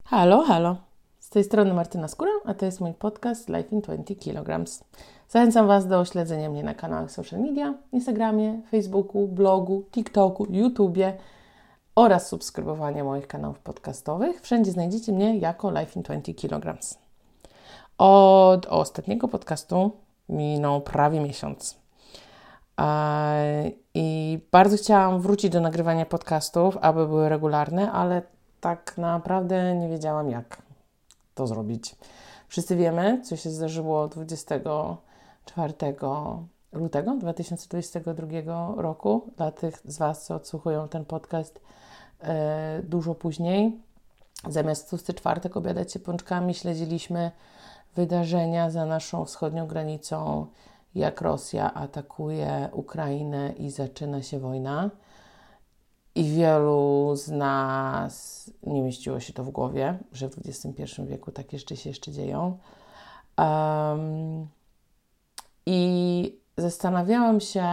Halo, halo. Z tej strony Martyna Skóra, a to jest mój podcast Life in 20 kg. Zachęcam Was do śledzenia mnie na kanałach social media, Instagramie, Facebooku, blogu, TikToku, YouTubie oraz subskrybowania moich kanałów podcastowych. Wszędzie znajdziecie mnie jako Life in 20 kg. Od ostatniego podcastu minął prawie miesiąc. I bardzo chciałam wrócić do nagrywania podcastów, aby były regularne, ale tak naprawdę nie wiedziałam, jak to zrobić. Wszyscy wiemy, co się zdarzyło 24 lutego 2022 roku. Dla tych z Was, co odsłuchują ten podcast dużo później. Zamiast tłusty czwartek obiadać się pączkami, śledziliśmy wydarzenia za naszą wschodnią granicą, jak Rosja atakuje Ukrainę i zaczyna się wojna. I wielu z nas nie mieściło się to w głowie, że w XXI wieku takie rzeczy się jeszcze dzieją. I zastanawiałam się,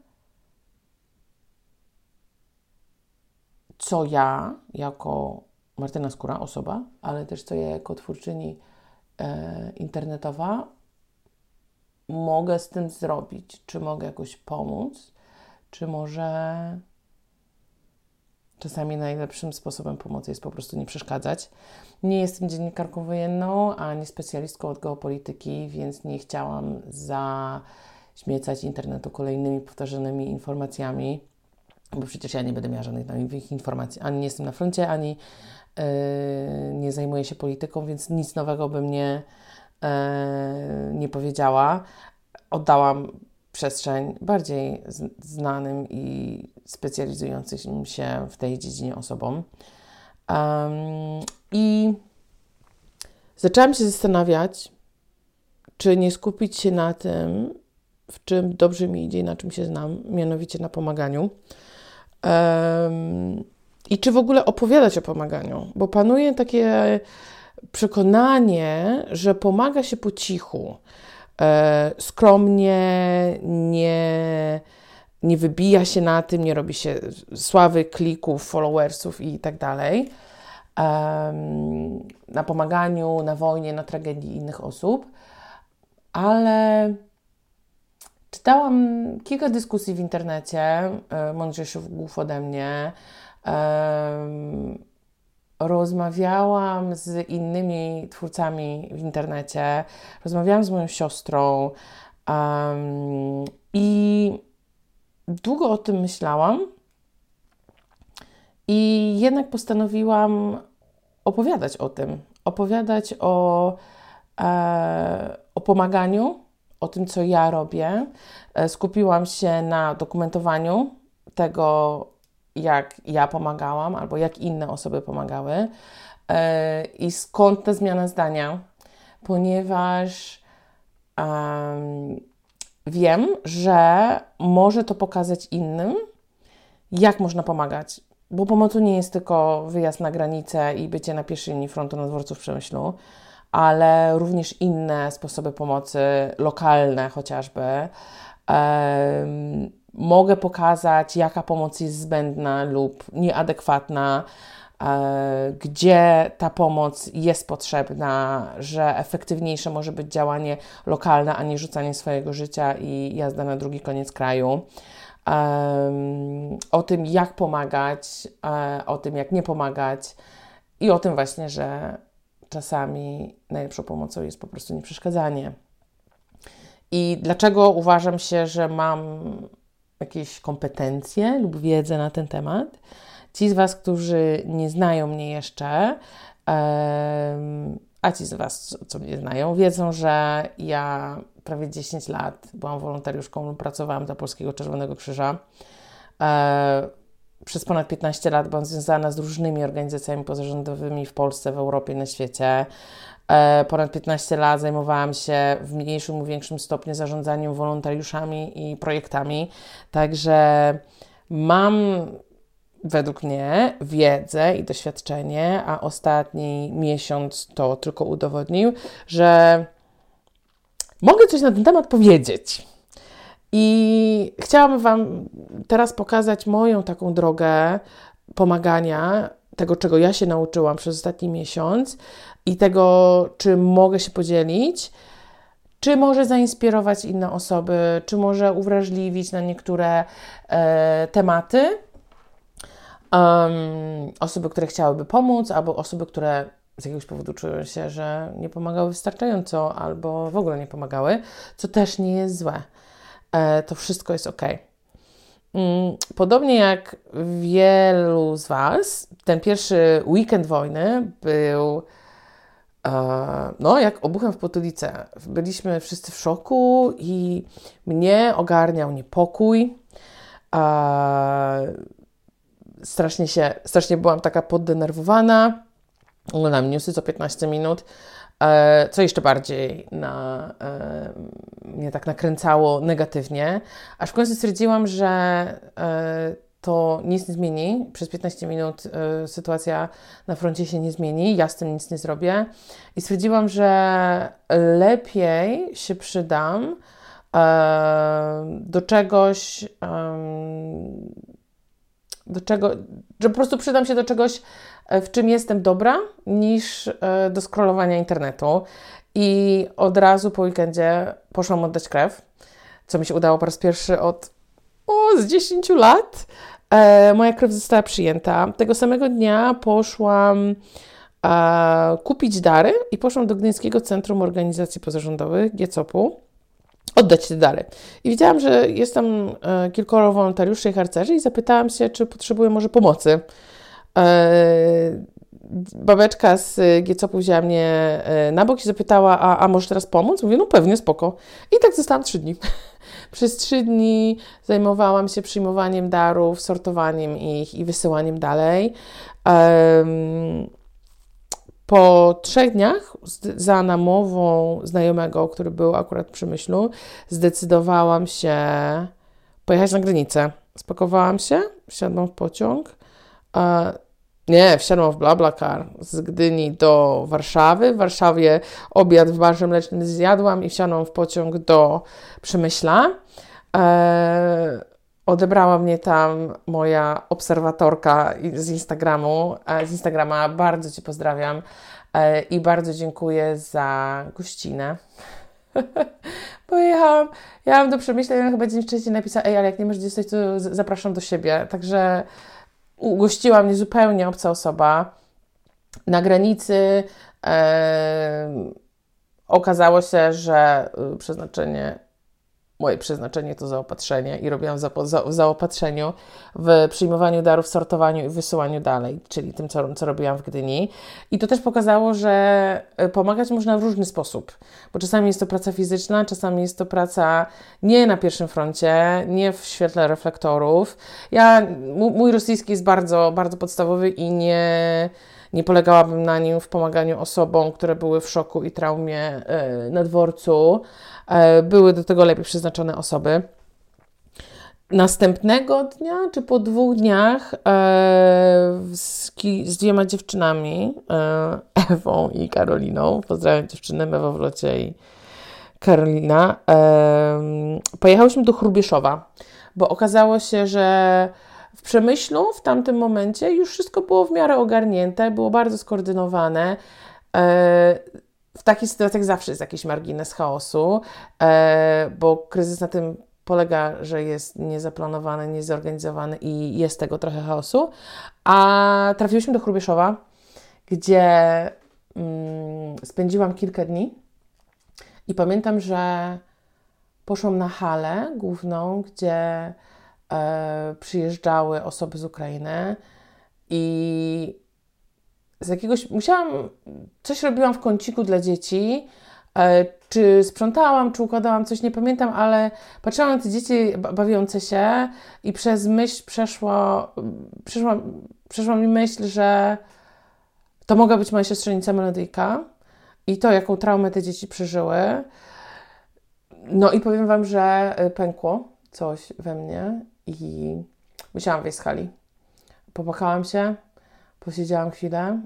co ja jako Martyna Skóra, osoba, ale też co ja jako twórczyni internetowa mogę z tym zrobić. Czy mogę jakoś pomóc, czy może czasami najlepszym sposobem pomocy jest po prostu nie przeszkadzać. Nie jestem dziennikarką wojenną, ani specjalistką od geopolityki, więc nie chciałam zaśmiecać internetu kolejnymi powtarzanymi informacjami, bo przecież ja nie będę miała żadnych nowych informacji. Ani nie jestem na froncie, ani nie zajmuję się polityką, więc nic nowego bym nie powiedziała. Oddałam przestrzeń bardziej znanym i specjalizującym się w tej dziedzinie osobom. I zaczęłam się zastanawiać, czy nie skupić się na tym, w czym dobrze mi idzie i na czym się znam, mianowicie na pomaganiu. I czy w ogóle opowiadać o pomaganiu, bo panuje takie przekonanie, że pomaga się po cichu, skromnie, nie wybija się na tym, nie robi się sławy, klików, followersów i tak dalej. Na pomaganiu, na wojnie, na tragedii innych osób. Ale czytałam kilka dyskusji w internecie, mądrzejszych głów ode mnie. Rozmawiałam z innymi twórcami w internecie, rozmawiałam z moją siostrą i długo o tym myślałam i jednak postanowiłam opowiadać o tym, opowiadać o pomaganiu, o tym, co ja robię. Skupiłam się na dokumentowaniu tego, jak ja pomagałam, albo jak inne osoby pomagały. I skąd ta zmiana zdania? Ponieważ wiem, że może to pokazać innym, jak można pomagać. Bo pomocą nie jest tylko wyjazd na granicę i bycie na pierwszej linii frontu na dworcu w Przemyślu, ale również inne sposoby pomocy, lokalne chociażby. Mogę pokazać, jaka pomoc jest zbędna lub nieadekwatna, gdzie ta pomoc jest potrzebna, że efektywniejsze może być działanie lokalne, a nie rzucanie swojego życia i jazda na drugi koniec kraju. O tym, jak pomagać, o tym, jak nie pomagać i o tym właśnie, że czasami najlepszą pomocą jest po prostu nieprzeszkadzanie. I dlaczego uważam się, że mam jakieś kompetencje lub wiedzę na ten temat? Ci z Was, którzy nie znają mnie jeszcze, a ci z Was, co mnie znają, wiedzą, że ja prawie 10 lat byłam wolontariuszką lub pracowałam dla Polskiego Czerwonego Krzyża. Przez ponad 15 lat byłam związana z różnymi organizacjami pozarządowymi w Polsce, w Europie i na świecie. Ponad 15 lat zajmowałam się w mniejszym lub większym stopniu zarządzaniem wolontariuszami i projektami. Także mam według mnie wiedzę i doświadczenie, a ostatni miesiąc to tylko udowodnił, że mogę coś na ten temat powiedzieć. I chciałam Wam teraz pokazać moją taką drogę pomagania, tego, czego ja się nauczyłam przez ostatni miesiąc i tego, czym mogę się podzielić, czy może zainspirować inne osoby, czy może uwrażliwić na niektóre tematy. Osoby, które chciałyby pomóc, albo osoby, które z jakiegoś powodu czują się, że nie pomagały wystarczająco, albo w ogóle nie pomagały, co też nie jest złe. To wszystko jest ok. Podobnie jak wielu z Was, ten pierwszy weekend wojny był jak obuchem w potylicę. Byliśmy wszyscy w szoku i mnie ogarniał niepokój. Strasznie byłam taka poddenerwowana. Oglądałam newsy co 15 minut, co jeszcze bardziej mnie tak nakręcało negatywnie, aż w końcu stwierdziłam, że to nic nie zmieni. Przez 15 minut sytuacja na froncie się nie zmieni, ja z tym nic nie zrobię i stwierdziłam, że lepiej się przydam do czegoś, że po prostu przydam się do czegoś, w czym jestem dobra, niż do scrollowania internetu. I od razu po weekendzie poszłam oddać krew, co mi się udało po raz pierwszy z 10 lat. Moja krew została przyjęta. Tego samego dnia poszłam kupić dary i poszłam do Gdyńskiego Centrum Organizacji Pozarządowych, GCOP-u, oddać te dary. I widziałam, że jest tam kilkoro wolontariuszy i harcerzy i zapytałam się, czy potrzebuję może pomocy. Babeczka z GCOP-u wzięła mnie na bok i zapytała, a może teraz pomóc? Mówię, no pewnie, spoko. I tak zostałam 3 dni. Przez 3 dni zajmowałam się przyjmowaniem darów, sortowaniem ich i wysyłaniem dalej. Po 3 dniach, za namową znajomego, który był akurat w Przemyślu, zdecydowałam się pojechać na granicę. Spakowałam się, wsiadłam w pociąg. Wsiadłam w BlaBlaCar z Gdyni do Warszawy. W Warszawie obiad w barze mlecznym zjadłam i wsiadłam w pociąg do Przemyśla. Odebrała mnie tam moja obserwatorka z Instagrama. Bardzo Cię pozdrawiam i bardzo dziękuję za gościnę. Bo jechałam do Przemyśla i ona chyba dzień wcześniej napisała, ale jak nie możesz gdzieś to zapraszam do siebie. Także ugościła mnie zupełnie obca osoba. Na granicy okazało się, że moje przeznaczenie to zaopatrzenie i robiłam w zaopatrzeniu, w przyjmowaniu darów, sortowaniu i wysyłaniu dalej, czyli tym, co robiłam w Gdyni. I to też pokazało, że pomagać można w różny sposób, bo czasami jest to praca fizyczna, czasami jest to praca nie na pierwszym froncie, nie w świetle reflektorów. Mój rosyjski jest bardzo, bardzo podstawowy i nie polegałabym na nim w pomaganiu osobom, które były w szoku i traumie na dworcu. Były do tego lepiej przeznaczone osoby. Następnego dnia, czy po 2 dniach z 2 dziewczynami, Ewą i Karoliną, pozdrawiam dziewczyny, Ewa w locie i Karolina, pojechałyśmy do Hrubieszowa, bo okazało się, że w Przemyślu w tamtym momencie już wszystko było w miarę ogarnięte, było bardzo skoordynowane. W takich sytuacjach zawsze jest jakiś margines chaosu, bo kryzys na tym polega, że jest niezaplanowany, niezorganizowany i jest tego trochę chaosu. A trafiłyśmy do Hrubieszowa, gdzie spędziłam kilka dni i pamiętam, że poszłam na halę główną, gdzie przyjeżdżały osoby z Ukrainy i coś robiłam w kąciku dla dzieci, czy sprzątałam, czy układałam coś, nie pamiętam, ale patrzyłam na te dzieci bawiące się i przez myśl przeszła mi myśl, że to mogła być moja siostrzenica Melodyjka i to, jaką traumę te dzieci przeżyły. No i powiem Wam, że pękło coś we mnie i musiałam wyjść z hali. Popłakałam się, posiedziałam chwilę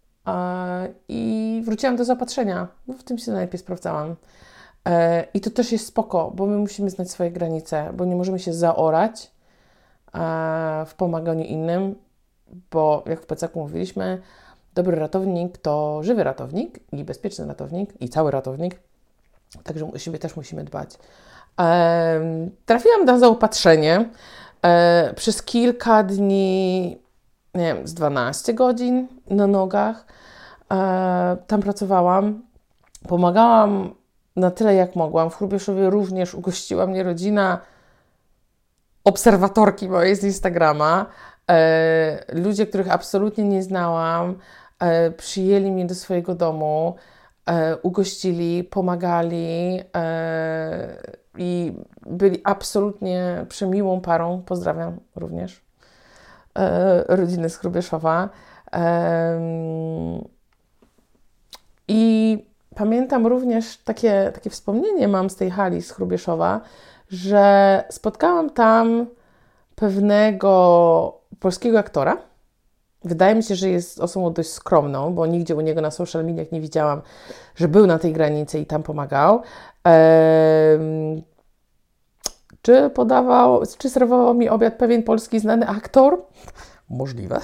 i wróciłam do zaopatrzenia. W tym się najlepiej sprawdzałam. I to też jest spoko, bo my musimy znać swoje granice, bo nie możemy się zaorać w pomaganiu innym, bo jak w plecaku mówiliśmy, dobry ratownik to żywy ratownik i bezpieczny ratownik i cały ratownik, także o siebie też musimy dbać. Trafiłam na zaopatrzenie przez kilka dni, nie wiem, z 12 godzin na nogach. Tam pracowałam, pomagałam na tyle jak mogłam. W Hrubieszowie również ugościła mnie rodzina obserwatorki mojej z Instagrama. Ludzie, których absolutnie nie znałam, przyjęli mnie do swojego domu, ugościli, pomagali i byli absolutnie przemiłą parą. Pozdrawiam również rodziny z Hrubieszowa. I pamiętam również takie wspomnienie mam z tej hali z Hrubieszowa, że spotkałam tam pewnego polskiego aktora. Wydaje mi się, że jest osobą dość skromną, bo nigdzie u niego na social mediach nie widziałam, że był na tej granicy i tam pomagał. Czy serwował mi obiad pewien polski znany aktor? Możliwe.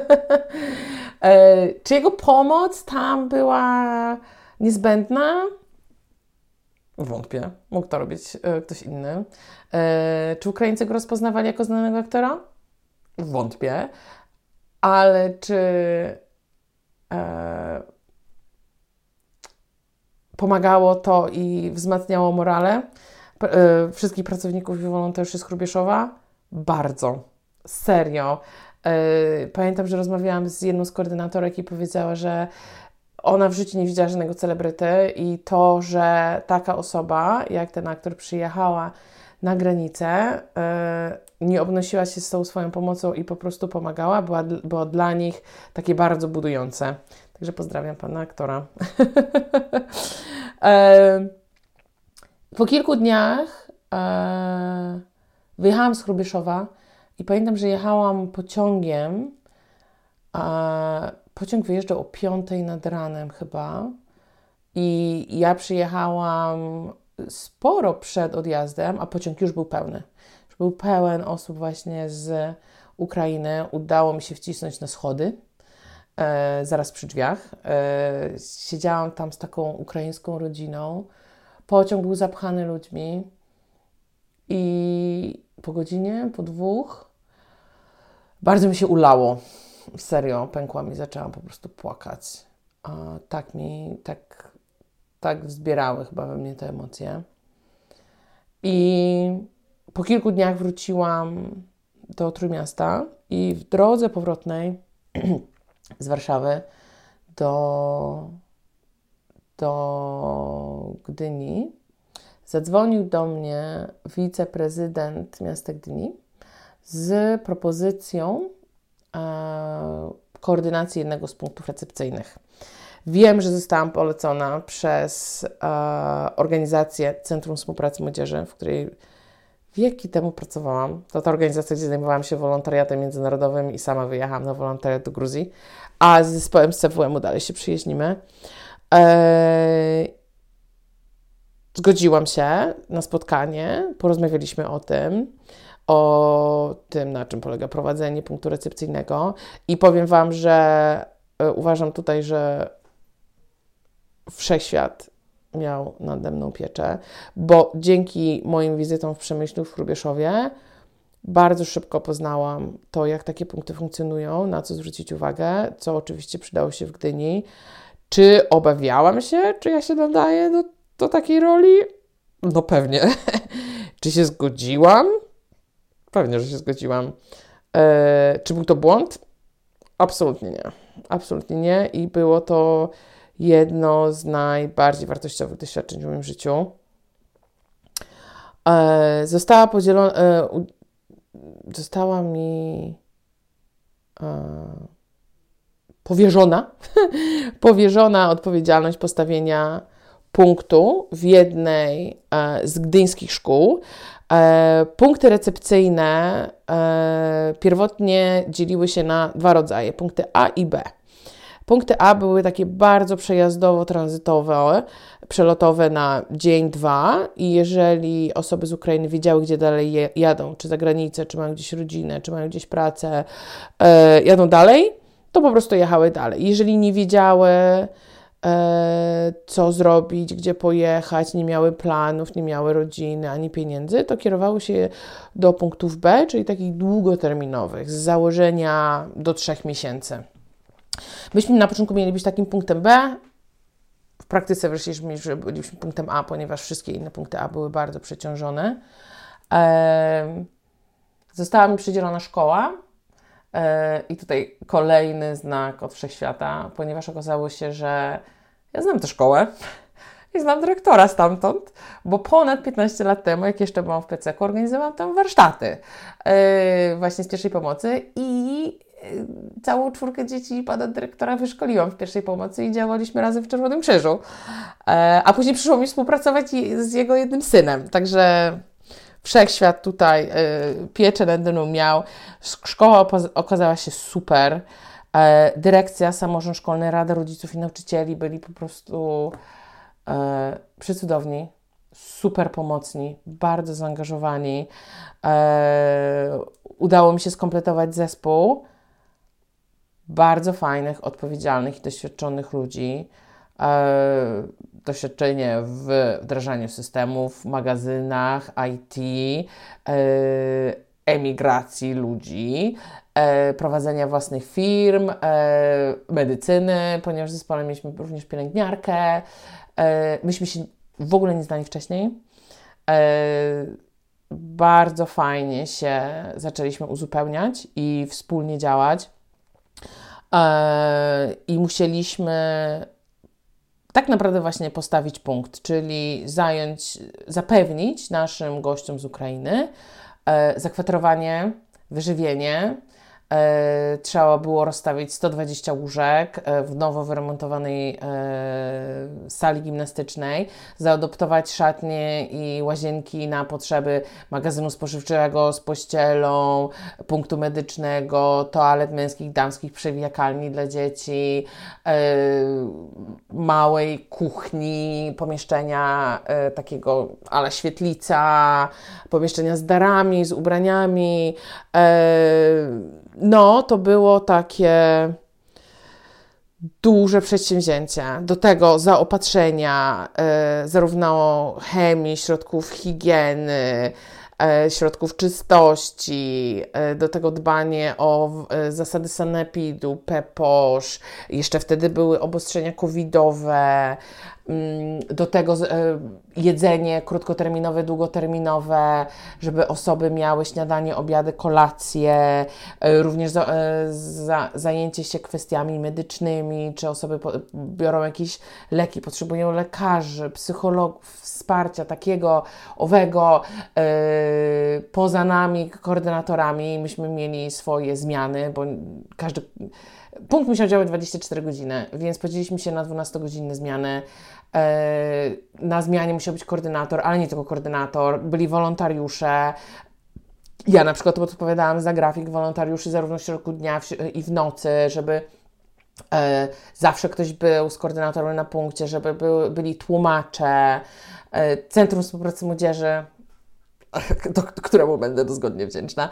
Czy jego pomoc tam była niezbędna? Wątpię. Mógł to robić ktoś inny. Czy Ukraińcy go rozpoznawali jako znanego aktora? Wątpię. Ale czy pomagało to i wzmacniało morale wszystkich pracowników i wolontariuszy z Hrubieszowa? Bardzo. Serio. Pamiętam, że rozmawiałam z jedną z koordynatorek i powiedziała, że ona w życiu nie widziała żadnego celebryty i to, że taka osoba, jak ten aktor, przyjechała na granicę, nie obnosiła się z tą swoją pomocą i po prostu pomagała, było dla nich takie bardzo budujące. Także pozdrawiam pana aktora. Po kilku dniach wyjechałam z Hrubieszowa i pamiętam, że jechałam pociągiem. Pociąg wyjeżdżał o 5 nad ranem chyba i ja przyjechałam sporo przed odjazdem, a pociąg już był pełny. Już był pełen osób właśnie z Ukrainy. Udało mi się wcisnąć na schody, zaraz przy drzwiach. Siedziałam tam z taką ukraińską rodziną. Pociąg był zapchany ludźmi i po godzinie, po 2 bardzo mi się ulało. Serio, pękłam i zaczęłam po prostu płakać. Tak wzbierały chyba we mnie te emocje. I po kilku dniach wróciłam do Trójmiasta i w drodze powrotnej z Warszawy do Gdyni zadzwonił do mnie wiceprezydent miasta Gdyni z propozycją koordynacji jednego z punktów recepcyjnych. Wiem, że zostałam polecona przez organizację Centrum Współpracy Młodzieży, w której wieki temu pracowałam. To ta organizacja, gdzie zajmowałam się wolontariatem międzynarodowym i sama wyjechałam na wolontariat do Gruzji, a z zespołem z CWM-u dalej się przyjaźnimy. Zgodziłam się na spotkanie, porozmawialiśmy o tym, na czym polega prowadzenie punktu recepcyjnego i powiem Wam, że uważam tutaj, że wszechświat miał nade mną pieczę, bo dzięki moim wizytom w Przemyślu, w Hrubieszowie bardzo szybko poznałam to, jak takie punkty funkcjonują, na co zwrócić uwagę, co oczywiście przydało się w Gdyni. Czy obawiałam się, czy ja się nadaję do takiej roli? No pewnie. Czy się zgodziłam? Pewnie, że się zgodziłam. Czy był to błąd? Absolutnie nie. Absolutnie nie. I było to jedno z wartościowych doświadczeń w moim życiu. Została mi powierzona odpowiedzialność postawienia punktu w jednej z gdyńskich szkół. Punkty recepcyjne pierwotnie dzieliły się na 2 rodzaje, punkty A i B. Punkty A były takie bardzo przejazdowo-tranzytowe, przelotowe na dzień, 2 i jeżeli osoby z Ukrainy wiedziały, gdzie dalej jadą, czy za granicę, czy mają gdzieś rodzinę, czy mają gdzieś pracę, jadą dalej, to po prostu jechały dalej. Jeżeli nie wiedziały, co zrobić, gdzie pojechać, nie miały planów, nie miały rodziny, ani pieniędzy, to kierowały się do punktów B, czyli takich długoterminowych, z założenia do 3 miesięcy. Myśmy na początku mieli być takim punktem B, w praktyce wyszliśmy, że byliśmy punktem A, ponieważ wszystkie inne punkty A były bardzo przeciążone. Została mi przydzielona szkoła i tutaj kolejny znak od wszechświata, ponieważ okazało się, że ja znam tę szkołę i znam dyrektora stamtąd, bo ponad 15 lat temu, jak jeszcze byłam w PCK, organizowałam tam warsztaty właśnie z pierwszej pomocy i całą 4 dzieci pana dyrektora wyszkoliłam w pierwszej pomocy i działaliśmy razem w Czerwonym Krzyżu. A później przyszło mi współpracować z jego jednym synem, także wszechświat tutaj pieczę nade mną miał. Szkoła okazała się super. Dyrekcja, samorząd szkolny, Rada Rodziców i Nauczycieli byli po prostu przecudowni, super pomocni, bardzo zaangażowani. Udało mi się skompletować zespół bardzo fajnych, odpowiedzialnych i doświadczonych ludzi. Doświadczenie w wdrażaniu systemów, magazynach, IT, emigracji ludzi, prowadzenia własnych firm, medycyny, ponieważ w zespole mieliśmy również pielęgniarkę. Myśmy się w ogóle nie znali wcześniej. Bardzo fajnie się zaczęliśmy uzupełniać i wspólnie działać. I musieliśmy tak naprawdę właśnie postawić punkt, czyli zapewnić naszym gościom z Ukrainy zakwaterowanie, wyżywienie. Trzeba było rozstawić 120 łóżek w nowo wyremontowanej sali gimnastycznej, zaadoptować szatnie i łazienki na potrzeby magazynu spożywczego z pościelą, punktu medycznego, toalet męskich, damskich, przewijakalni dla dzieci, małej kuchni, pomieszczenia takiego ala świetlica, pomieszczenia z darami, z ubraniami. No, to było takie duże przedsięwzięcie. Do tego zaopatrzenia, zarówno chemii, środków higieny, środków czystości, do tego dbanie o zasady sanepidu, PEPOSZ, jeszcze wtedy były obostrzenia covidowe, do tego jedzenie krótkoterminowe, długoterminowe, żeby osoby miały śniadanie, obiady, kolacje, również zajęcie się kwestiami medycznymi, czy osoby biorą jakieś leki, potrzebują lekarzy, psychologów, wsparcia takiego, owego. Poza nami, koordynatorami, myśmy mieli swoje zmiany, bo każdy punkt musiał działać 24 godziny, więc podzieliliśmy się na 12-godzinne zmiany. Na zmianie musiał być koordynator, ale nie tylko koordynator, byli wolontariusze. Ja na przykład odpowiadałam za grafik wolontariuszy zarówno w środku dnia i w nocy, żeby zawsze ktoś był z koordynatorem na punkcie, żeby byli tłumacze, Centrum Współpracy Młodzieży, któremu będę dozgodnie wdzięczna,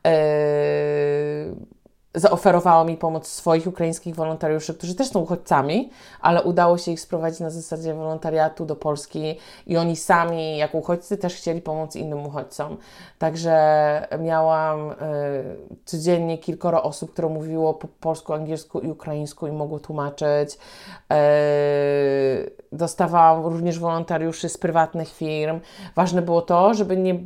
zaoferowało mi pomoc swoich ukraińskich wolontariuszy, którzy też są uchodźcami, ale udało się ich sprowadzić na zasadzie wolontariatu do Polski i oni sami, jako uchodźcy, też chcieli pomóc innym uchodźcom. Także miałam codziennie kilkoro osób, które mówiło po polsku, angielsku i ukraińsku i mogło tłumaczyć. Dostawałam również wolontariuszy z prywatnych firm. Ważne było to,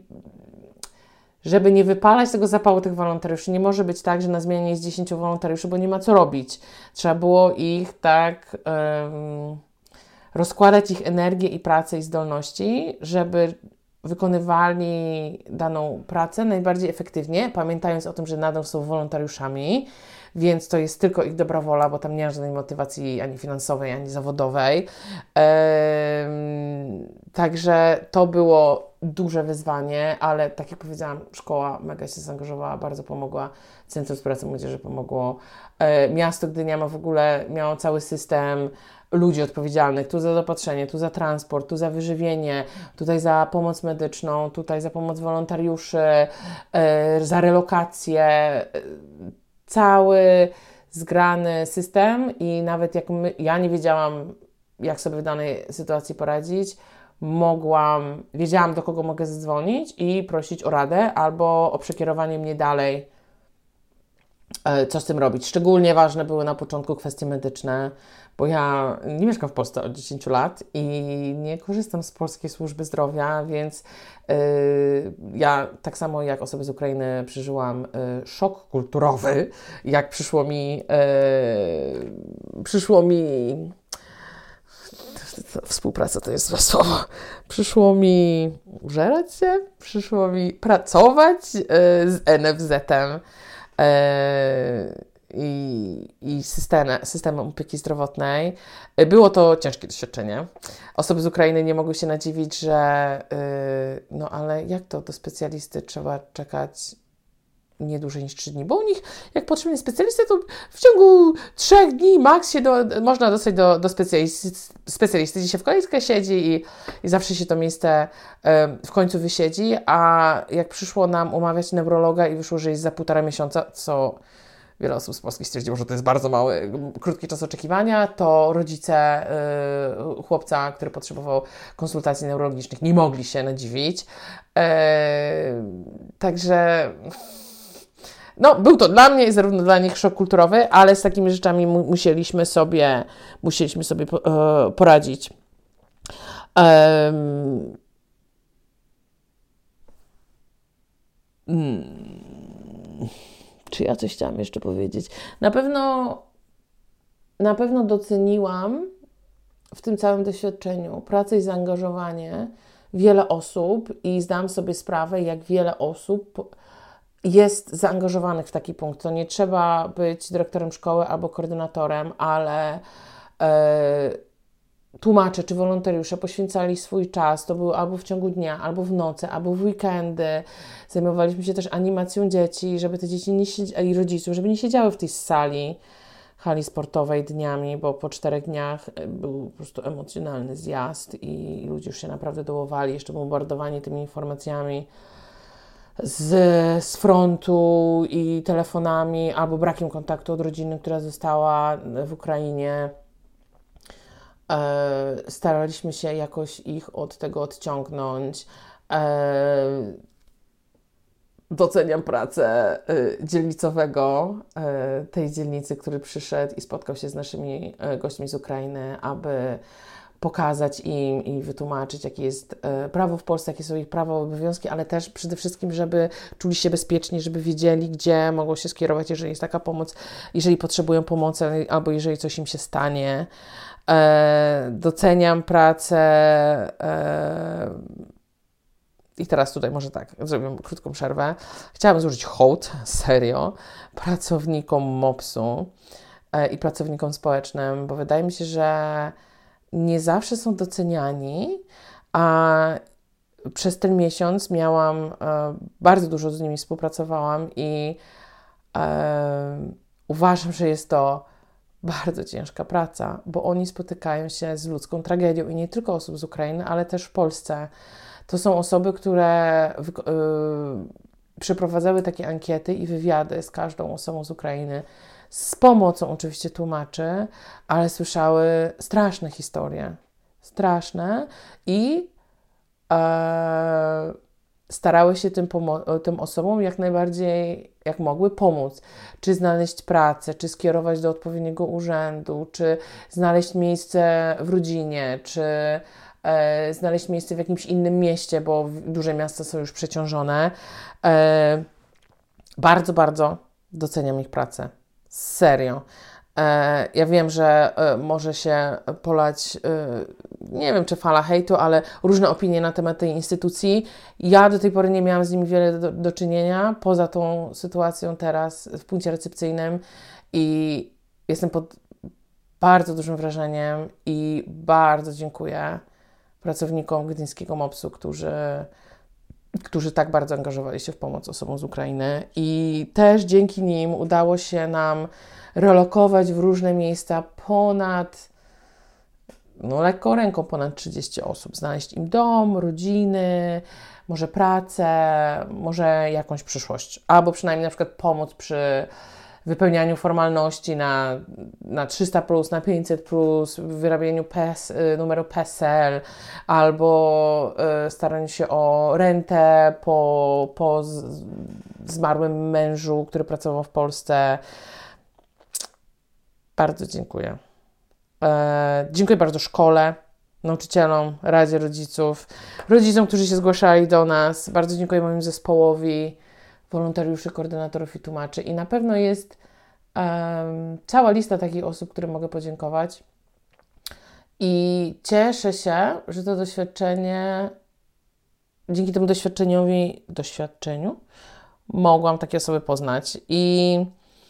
żeby nie wypalać tego zapału tych wolontariuszy. Nie może być tak, że na zmianie jest 10 wolontariuszy, bo nie ma co robić. Trzeba było ich tak rozkładać ich energię i pracę i zdolności, żeby wykonywali daną pracę najbardziej efektywnie, pamiętając o tym, że nadal są wolontariuszami, więc to jest tylko ich dobra wola, bo tam nie ma żadnej motywacji ani finansowej, ani zawodowej. Także to było duże wyzwanie, ale tak jak powiedziałam, szkoła mega się zaangażowała, bardzo pomogła, Centrum Współpracy Młodzieży pomogło. Miasto Gdynia miało cały system ludzi odpowiedzialnych, tu za zaopatrzenie, tu za transport, tu za wyżywienie, tutaj za pomoc medyczną, tutaj za pomoc wolontariuszy, za relokację, cały zgrany system i nawet jak ja nie wiedziałam, jak sobie w danej sytuacji poradzić, wiedziałam, do kogo mogę zadzwonić i prosić o radę albo o przekierowanie mnie dalej, co z tym robić. Szczególnie ważne były na początku kwestie medyczne, bo ja nie mieszkam w Polsce od 10 lat i nie korzystam z polskiej służby zdrowia, więc ja tak samo jak osoby z Ukrainy przeżyłam szok kulturowy, jak przyszło mi współpraca to jest złe słowo. Przyszło mi użerać się, przyszło mi pracować z NFZ-em i systemem opieki zdrowotnej. Było to ciężkie doświadczenie. Osoby z Ukrainy nie mogły się nadziwić, że no ale jak to do specjalisty trzeba czekać nie dłużej niż 3 dni, bo u nich jak potrzebny specjalista, to w ciągu 3 dni max można dostać do specjalisty, gdzie się w kolejce siedzi i zawsze się to miejsce w końcu wysiedzi, a jak przyszło nam umawiać neurologa i wyszło, że jest za 1,5 miesiąca, co wiele osób z Polski stwierdziło, że to jest bardzo krótki czas oczekiwania, to rodzice chłopca, który potrzebował konsultacji neurologicznych, nie mogli się nadziwić. Także no, był to dla mnie i zarówno dla nich szok kulturowy, ale z takimi rzeczami musieliśmy sobie poradzić. Czy ja coś chciałam jeszcze powiedzieć? Na pewno doceniłam w tym całym doświadczeniu pracę i zaangażowanie wiele osób i zdałam sobie sprawę, jak wiele osób jest zaangażowanych w taki punkt. To nie trzeba być dyrektorem szkoły albo koordynatorem, ale tłumacze czy wolontariusze poświęcali swój czas. To było albo w ciągu dnia, albo w nocy, albo w weekendy. Zajmowaliśmy się też animacją dzieci, żeby te dzieci i rodziców, żeby nie siedziały w tej hali sportowej dniami, bo po 4 dniach był po prostu emocjonalny zjazd i ludzie już się naprawdę dołowali, jeszcze bombardowani tymi informacjami z frontu i telefonami, albo brakiem kontaktu od rodziny, która została w Ukrainie. Staraliśmy się jakoś ich od tego odciągnąć. Doceniam pracę dzielnicowego tej dzielnicy, który przyszedł i spotkał się z naszymi gośćmi z Ukrainy, aby pokazać im i wytłumaczyć, jakie jest prawo w Polsce, jakie są ich prawa, obowiązki, ale też przede wszystkim, żeby czuli się bezpiecznie, żeby wiedzieli, gdzie mogą się skierować, jeżeli jest taka pomoc, jeżeli potrzebują pomocy, albo jeżeli coś im się stanie. Doceniam pracę i teraz tutaj może tak, zrobię krótką przerwę. Chciałabym złożyć hołd, serio, pracownikom MOPS-u i pracownikom społecznym, bo wydaje mi się, że nie zawsze są doceniani, a przez ten miesiąc bardzo dużo z nimi współpracowałam i uważam, że jest to bardzo ciężka praca, bo oni spotykają się z ludzką tragedią i nie tylko osób z Ukrainy, ale też w Polsce. To są osoby, które przeprowadzały takie ankiety i wywiady z każdą osobą z Ukrainy, z pomocą oczywiście tłumaczy, ale słyszały straszne historie. Straszne i starały się tym osobom jak najbardziej, jak mogły, pomóc. Czy znaleźć pracę, czy skierować do odpowiedniego urzędu, czy znaleźć miejsce w rodzinie, czy znaleźć miejsce w jakimś innym mieście, bo duże miasta są już przeciążone. Bardzo, bardzo doceniam ich pracę. Serio. Ja wiem, że może się polać, nie wiem czy fala hejtu, ale różne opinie na temat tej instytucji. Ja do tej pory nie miałam z nimi wiele do czynienia, poza tą sytuacją teraz w punkcie recepcyjnym i jestem pod bardzo dużym wrażeniem i bardzo dziękuję pracownikom gdyńskiego MOPS-u, którzy którzy tak bardzo angażowali się w pomoc osobom z Ukrainy i też dzięki nim udało się nam relokować w różne miejsca lekką ręką ponad 30 osób, znaleźć im dom, rodziny, może pracę, może jakąś przyszłość, albo przynajmniej na przykład pomóc przy wypełnianiu formalności na 300+, na 500+, wyrabianiu numeru PESEL, albo staraniu się o rentę po zmarłym mężu, który pracował w Polsce. Bardzo dziękuję. Dziękuję bardzo szkole, nauczycielom, Radzie rodzicom, którzy się zgłaszali do nas. Bardzo dziękuję moim zespołowi, wolontariuszy, koordynatorów i tłumaczy. I na pewno jest cała lista takich osób, którym mogę podziękować. I cieszę się, że to doświadczenie, dzięki temu doświadczeniu mogłam takie osoby poznać. I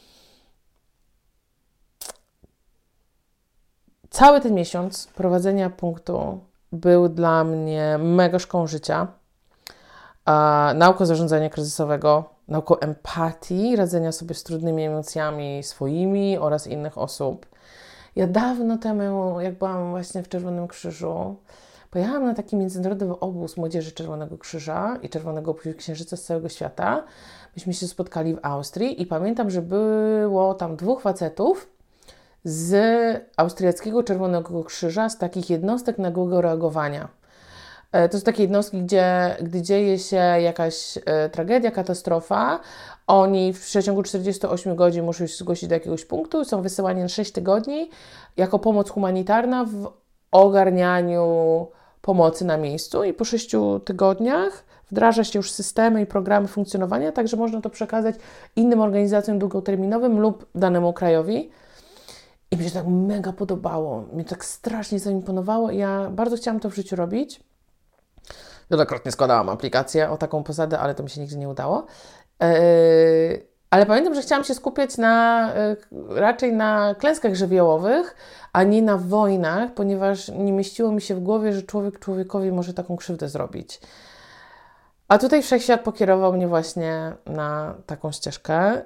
cały ten miesiąc prowadzenia punktu był dla mnie mega szkołą życia. Nauką zarządzania kryzysowego, nauką empatii, radzenia sobie z trudnymi emocjami swoimi oraz innych osób. Ja dawno temu, jak byłam właśnie w Czerwonym Krzyżu, pojechałam na taki międzynarodowy obóz Młodzieży Czerwonego Krzyża i Czerwonego Księżyca z całego świata. Myśmy się spotkali w Austrii i pamiętam, że było tam 2 facetów z austriackiego Czerwonego Krzyża, z takich jednostek nagłego reagowania. To są takie jednostki, gdy dzieje się jakaś tragedia, katastrofa, oni w przeciągu 48 godzin muszą się zgłosić do jakiegoś punktu, są wysyłani na 6 tygodni jako pomoc humanitarna w ogarnianiu pomocy na miejscu i po 6 tygodniach wdraża się już systemy i programy funkcjonowania, tak że można to przekazać innym organizacjom długoterminowym lub danemu krajowi. I mi się tak mega podobało, mnie tak strasznie zaimponowało i ja bardzo chciałam to w życiu robić. Wielokrotnie składałam aplikację o taką posadę, ale to mi się nigdy nie udało. Ale pamiętam, że chciałam się skupiać raczej na klęskach żywiołowych, a nie na wojnach, ponieważ nie mieściło mi się w głowie, że człowiek człowiekowi może taką krzywdę zrobić. A tutaj wszechświat pokierował mnie właśnie na taką ścieżkę.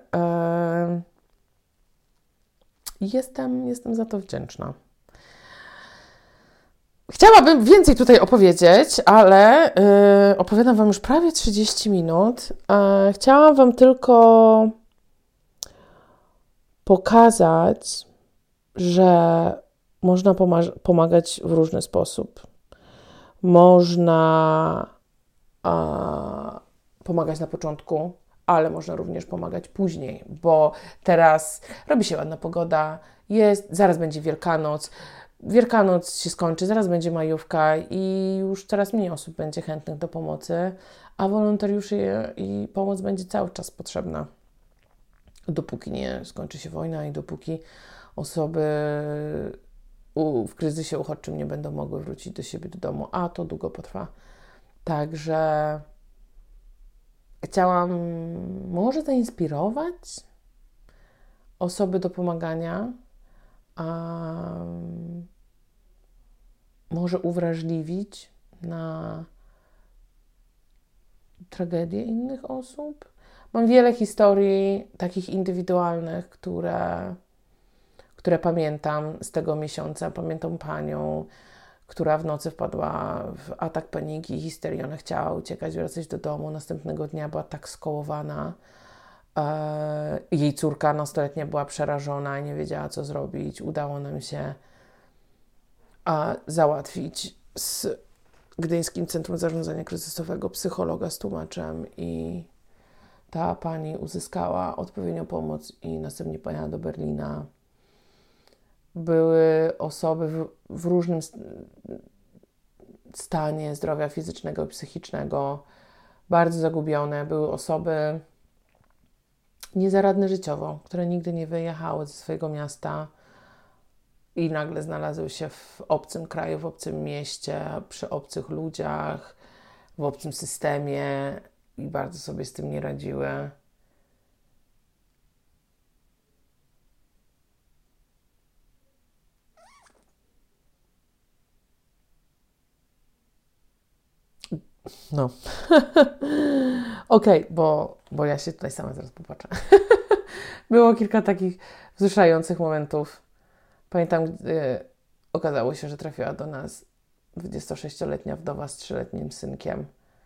Jestem za to wdzięczna. Chciałabym więcej tutaj opowiedzieć, ale opowiadam Wam już prawie 30 minut. Chciałam Wam tylko pokazać, że można pomagać w różny sposób. Można pomagać na początku, ale można również pomagać później, bo teraz robi się ładna pogoda, zaraz będzie Wielkanoc. Wielkanoc się skończy, zaraz będzie majówka i już coraz mniej osób będzie chętnych do pomocy, a wolontariuszy i pomoc będzie cały czas potrzebna. Dopóki nie skończy się wojna i dopóki osoby w kryzysie uchodźczym nie będą mogły wrócić do siebie, do domu, a to długo potrwa. Także chciałam może zainspirować osoby do pomagania, może uwrażliwić na tragedię innych osób. Mam wiele historii takich indywidualnych, które pamiętam z tego miesiąca. Pamiętam panią, która w nocy wpadła w atak paniki i histerii. Ona chciała uciekać, wracać do domu. Następnego dnia była tak skołowana. Jej córka nastoletnia była przerażona i nie wiedziała, co zrobić. Udało nam się załatwić z Gdyńskim Centrum Zarządzania Kryzysowego psychologa z tłumaczem i ta pani uzyskała odpowiednią pomoc i następnie pojechała do Berlina. Były osoby w różnym stanie zdrowia fizycznego i psychicznego, bardzo zagubione. Były osoby niezaradne życiowo, które nigdy nie wyjechały ze swojego miasta i nagle znalazły się w obcym kraju, w obcym mieście, przy obcych ludziach, w obcym systemie i bardzo sobie z tym nie radziły. No. Okej, bo ja się tutaj sama zaraz popatrzę. Było kilka takich wzruszających momentów. Pamiętam, gdy okazało się, że trafiła do nas 26-letnia wdowa z 3-letnim synkiem.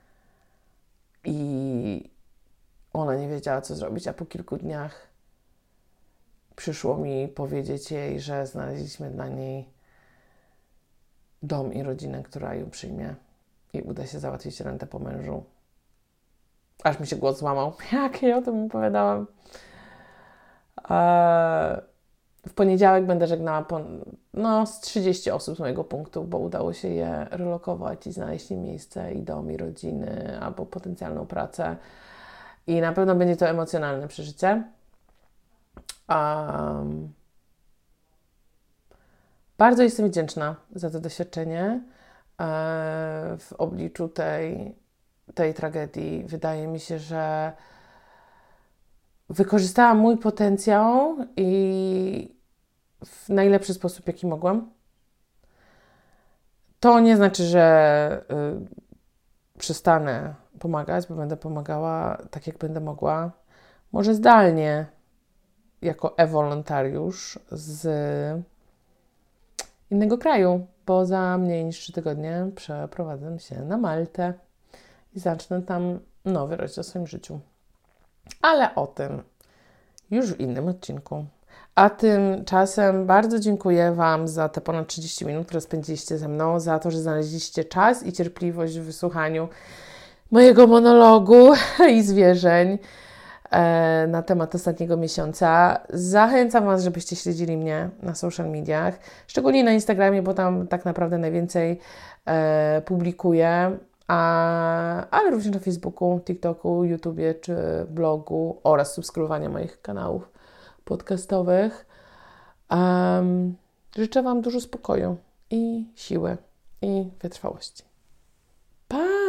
I ona nie wiedziała, co zrobić, a po kilku dniach przyszło mi powiedzieć jej, że znaleźliśmy dla niej dom i rodzinę, która ją przyjmie i uda się załatwić rentę po mężu. Aż mi się głos złamał, jak ja o tym opowiadałam. W poniedziałek będę żegnała z 30 osób z mojego punktu, bo udało się je relokować i znaleźć im miejsce i dom, i rodziny, albo potencjalną pracę. I na pewno będzie to emocjonalne przeżycie. Bardzo jestem wdzięczna za to doświadczenie w obliczu tej tragedii. Wydaje mi się, że wykorzystałam mój potencjał i w najlepszy sposób, jaki mogłam. To nie znaczy, że przestanę pomagać, bo będę pomagała tak, jak będę mogła. Może zdalnie, jako e-wolontariusz z innego kraju, bo za mniej niż 3 tygodnie przeprowadzę się na Maltę i zacznę tam nowy rozdział w swoim życiu. Ale o tym już w innym odcinku. A tymczasem bardzo dziękuję Wam za te ponad 30 minut, które spędziliście ze mną, za to, że znaleźliście czas i cierpliwość w wysłuchaniu mojego monologu i zwierzeń na temat ostatniego miesiąca. Zachęcam Was, żebyście śledzili mnie na social mediach, szczególnie na Instagramie, bo tam tak naprawdę najwięcej publikuję, ale również na Facebooku, TikToku, YouTubie czy blogu oraz subskrybowania moich kanałów podcastowych. Życzę Wam dużo spokoju i siły i wytrwałości. Pa!